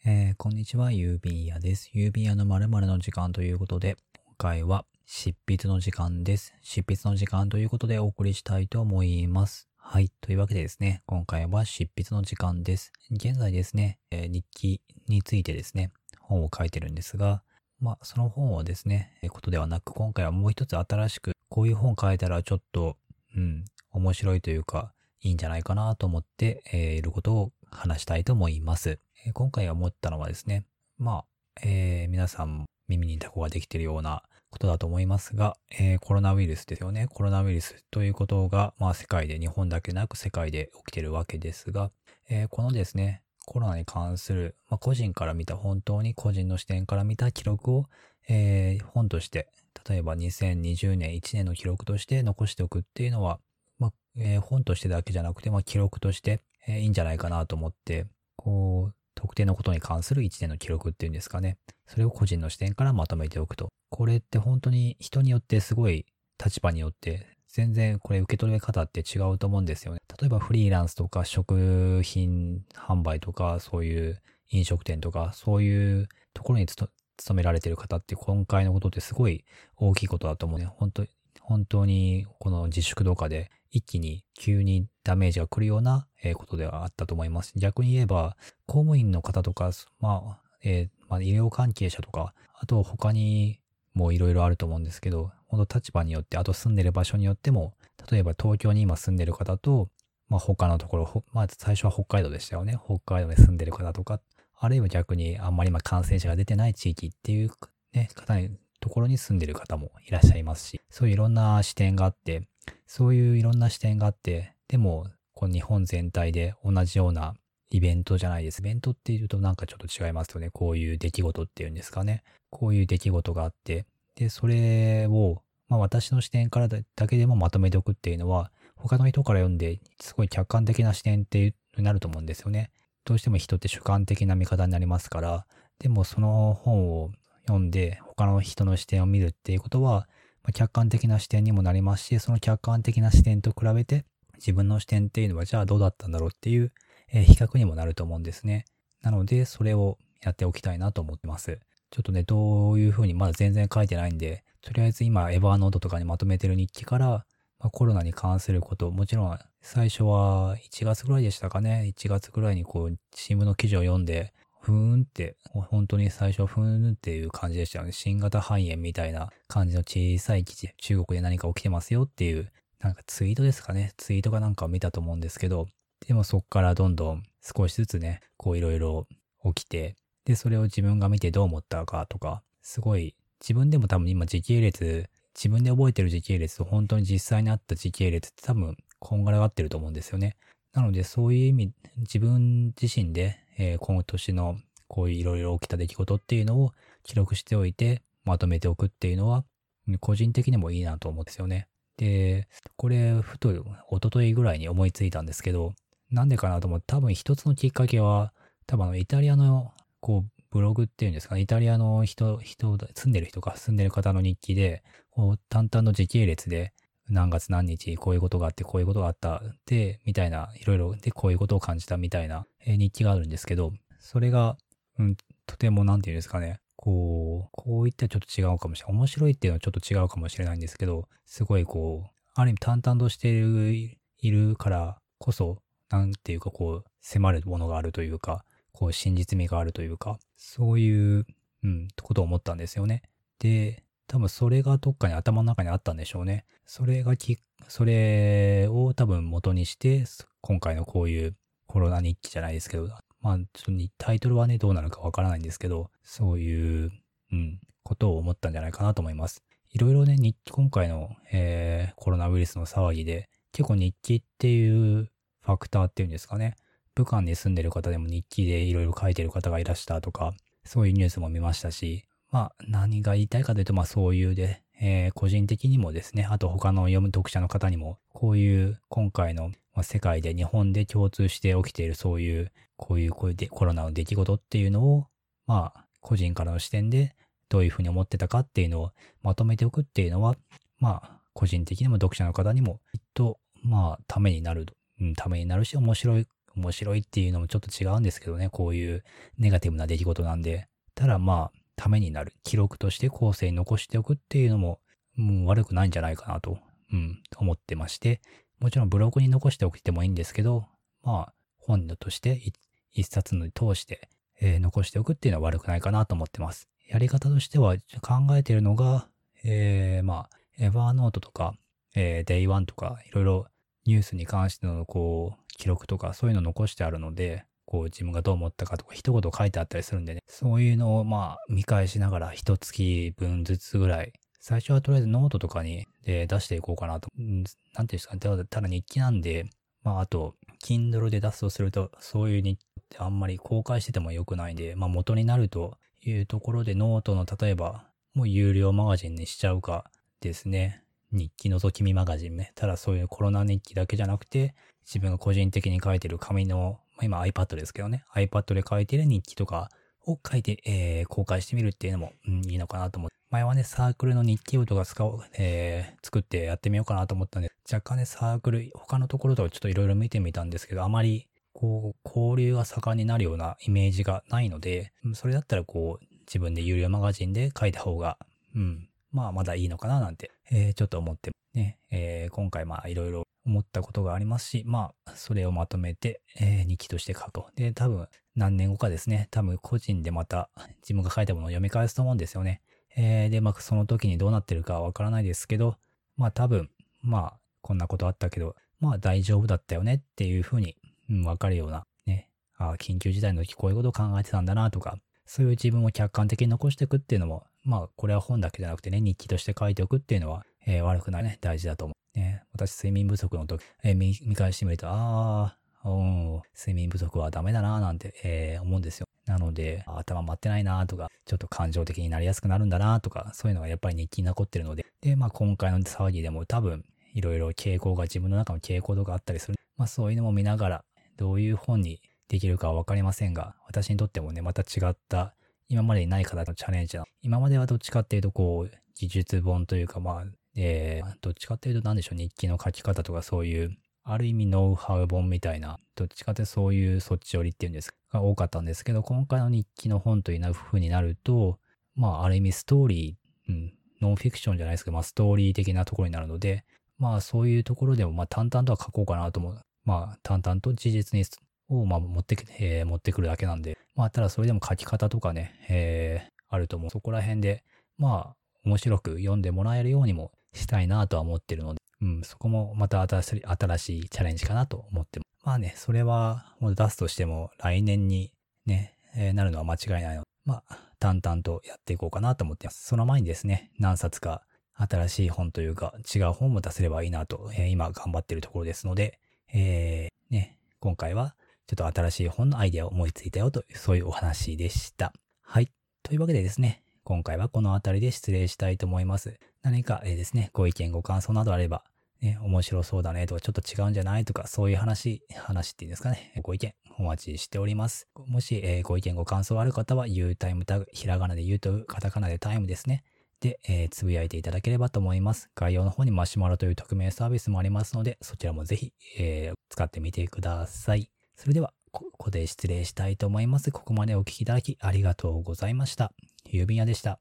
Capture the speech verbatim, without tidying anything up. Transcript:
えーこんにちは、郵便屋です。郵便屋の〇〇の時間ということで、今回は執筆の時間です。執筆の時間ということでお送りしたいと思います。はい。というわけでですね、今回は執筆の時間です。現在ですね、えー日記についてですね、本を書いてるんですが、まあ、その本をですね、えーことではなく、今回はもう一つ新しく、こういう本書いたらちょっと、うん、面白いというか、いいんじゃないかなと思って、えーいることを話したいと思います。えー今回思ったのはですね、まあ、えー皆さん耳にタコができているようなことだと思いますが、えーコロナウイルスですよね。コロナウイルスということが、まあ世界で、日本だけでなく世界で起きているわけですが、えーこのですね、コロナに関する、まあ、個人から見た、本当に個人の視点から見た記録を、えー本として、例えばにせんにじゅうねんいちねんの記録として残しておくっていうのは、まあえー本としてだけじゃなくて、まあ、記録として、えーいいんじゃないかなと思って、こう、特定のことに関するいちねんの記録っていうんですかね。それを個人の視点からまとめておくと。これって本当に人によってすごい立場によって全然これ受け取り方って違うと思うんですよね。例えばフリーランスとか食品販売とかそういう飲食店とかそういうところにつと勤められてる方って今回のことってすごい大きいことだと思うね。本当本当にこの自粛とかで一気に急にダメージが来るようなえーことではあったと思います。逆に言えば公務員の方とか、まあ、えーまあ、医療関係者とか、あと他にもいろいろあると思うんですけど、本当立場によって、あと住んでる場所によっても、例えば東京に今住んでる方と、まあ他のところ、ほまあ最初は北海道でしたよね。北海道に住んでる方とか、あるいは逆にあんまり今感染者が出てない地域っていうね、方に、ところに住んでる方もいらっしゃいますし、そういういろんな視点があって、そういういろんな視点があって、でも、この日本全体で同じようなイベントじゃないです。イベントっていうとなんかちょっと違いますよね。こういう出来事っていうんですかね。こういう出来事があって、で、それを、まあ私の視点からだけでもまとめておくっていうのは、他の人から読んで、すごい客観的な視点っていうなると思うんですよね。どうしても人って主観的な見方になりますから、でもその本を読んで、他の人の視点を見るっていうことは、まあ客観的な視点にもなりますし、その客観的な視点と比べて、自分の視点っていうのはじゃあどうだったんだろうっていう、えー比較にもなると思うんですね。なので、それをやっておきたいなと思ってます。ちょっとね、どういうふうにまだ全然書いてないんで、とりあえず今、エヴァーノートとかにまとめてる日記から、まあ、コロナに関すること、もちろん最初はいちがつぐらいでしたかね。いちがつぐらいにこう、新聞の記事を読んで、ふーんって、本当に最初ふーんっていう感じでしたよね。新型肺炎みたいな感じの小さい記事、中国で何か起きてますよっていう、なんかツイートですかね。ツイートかなんかを見たと思うんですけど、でもそっからどんどん少しずつね、こういろいろ起きて、で、それを自分が見てどう思ったかとか、すごい、自分でも多分今時系列、自分で覚えてる時系列と本当に実際にあった時系列って多分こんがらがってると思うんですよね。なのでそういう意味、自分自身で、えー今年のこういういろいろ起きた出来事っていうのを記録しておいてまとめておくっていうのは、個人的にもいいなと思うんですよね。で、これ、ふと、一昨日ぐらいに思いついたんですけど、なんでかなと思って、多分一つのきっかけは、多分あの、イタリアの、こう、ブログっていうんですかね、イタリアの人、人、住んでる人か、住んでる方の日記で、こう、淡々の時系列で、何月何日、こういうことがあって、こういうことがあった、で、みたいな、いろいろ、で、こういうことを感じたみたいな、えー日記があるんですけど、それが、うん、とても、なんていうんですかね、こう、こういったちょっと違うかもしれない。面白いっていうのはちょっと違うかもしれないんですけど、すごいこう、ある意味淡々としている、いるからこそ、なんていうかこう、迫るものがあるというか、こう、真実味があるというか、そういう、うん、ことを思ったんですよね。で、多分それがどっかに頭の中にあったんでしょうね。それがき、それを多分元にして、今回のこういうコロナ日記じゃないですけど、まあ、ちょっとにタイトルはね、どうなるかわからないんですけど、そういう、うん、ことを思ったんじゃないかなと思います。いろいろね、日記、今回の、えーコロナウイルスの騒ぎで、結構日記っていうファクターっていうんですかね、武漢に住んでる方でも日記でいろいろ書いてる方がいらしたとか、そういうニュースも見ましたし、まあ、何が言いたいかというと、まあ、そういうで、えー個人的にもですね、あと他の読む読者の方にも、こういう今回の、まあ、世界で日本で共通して起きているそういう、こういうこういうでコロナの出来事っていうのを、まあ、個人からの視点でどういうふうに思ってたかっていうのをまとめておくっていうのは、まあ、個人的にも読者の方にもきっと、まあ、ためになる、うん、ためになるし、面白い、 面白いっていうのもちょっと違うんですけどね、こういうネガティブな出来事なんで。ただまあ、ためになる。記録として後世に残しておくっていうのも、もう悪くないんじゃないかなと、うん、思ってまして、もちろんブログに残しておいてもいいんですけど、まあ、本として一冊の通して、えー、残しておくっていうのは悪くないかなと思ってます。やり方としては考えているのが、えー、まあ、エヴァーノートとか、えー、デイワンとか、いろいろニュースに関してのこう、記録とかそういうの残してあるので、こう自分がどう思ったかとか一言書いてあったりするんでね、そういうのをまあ見返しながら一月分ずつぐらい、最初はとりあえずノートとかにで出していこうかなと。うん、なんていうんですかね、ただ、ただ日記なんで、まああと、Kindle で出すとすると、そういう日記ってあんまり公開してても良くないんで、まあ元になるというところでノートの例えば、もう有料マガジンにしちゃうかですね。日記覗き見マガジンね。ただそういうコロナ日記だけじゃなくて、自分が個人的に書いてる紙の、まあ、今 iPad ですけどね。iPad で書いてる日記とかを書いて、えー、公開してみるっていうのも、うん、いいのかなと思って。前はね、サークルの日記部とか使おう、えー、作ってやってみようかなと思ったんで、若干ね、サークル、他のところとかちょっといろいろ見てみたんですけど、あまり、こう、交流が盛んになるようなイメージがないので、それだったらこう、自分で有料マガジンで書いた方が、うん、まあまだいいのかななんて、えー、ちょっと思ってね、えー、今回まあいろいろ思ったことがありますし、まあそれをまとめて、えー、日記として書くと。で、多分何年後かですね、多分個人でまた自分が書いたものを読み返すと思うんですよね。えー、で、まあその時にどうなってるかわからないですけど、まあ多分、まあこんなことあったけど、まあ大丈夫だったよねっていうふうに、うん、わかるようなね、ああ、緊急事態の時こういうことを考えてたんだなとか、そういう自分を客観的に残していくっていうのも、まあ、これは本だけじゃなくてね、日記として書いておくっていうのは、えー、悪くないね、大事だと思う。ね、私、睡眠不足の時、えー、見、見返してみると、ああ、うん、睡眠不足はダメだな、なんて、えー、思うんですよ。なので、頭回ってないなとか、ちょっと感情的になりやすくなるんだなとか、そういうのがやっぱり日記に残ってるので、で、まあ、今回の騒ぎでも多分、いろいろ傾向が、自分の中の傾向とかあったりする。まあ、そういうのも見ながら、どういう本にできるかはわかりませんが、私にとってもね、また違った、今までにない形のチャレンジな。今まではどっちかっていうと、こう、技術本というか、まあ、えー、どっちかっていうと何でしょう、日記の書き方とかそういう、ある意味ノウハウ本みたいな、どっちかってそういうそっち寄りっていうんですか、が多かったんですけど、今回の日記の本という風になると、まあ、ある意味ストーリー、うん、ノンフィクションじゃないですけど、まあ、ストーリー的なところになるので、まあ、そういうところでも、まあ、淡々とは書こうかなと思う。まあ、淡々と事実にを、まあ、持ってき、えー、持ってくるだけなんで、まあ、ただそれでも書き方とかね、えー、あると思う。そこら辺で、まあ、面白く読んでもらえるようにもしたいなとは思ってるので、うん、そこもまた新しい、新しいチャレンジかなと思ってます。まあね、それはもう出すとしても来年にね、えー、なるのは間違いないので、まあ、淡々とやっていこうかなと思ってます。その前にですね、何冊か新しい本というか違う本も出せればいいなと、えー、今頑張ってるところですので、えー、ね、今回はちょっと新しい本のアイデアを思いついたよという、そういうお話でした。はい。というわけでですね、今回はこの辺りで失礼したいと思います。何か、えー、ですね、ご意見ご感想などあれば、ね、面白そうだねとか、ちょっと違うんじゃないとか、そういう話、話っていうんですかね、ご意見お待ちしております。もし、えー、ご意見ご感想ある方は、U タイムタグ、ひらがなで言うと、カタカナでタイムですね。で、えー、つぶやいていただければと思います。概要の方にマシュマロという匿名サービスもありますので、そちらもぜひ、えー、使ってみてください。それでは、ここで失礼したいと思います。ここまでお聞きいただきありがとうございました。郵便屋でした。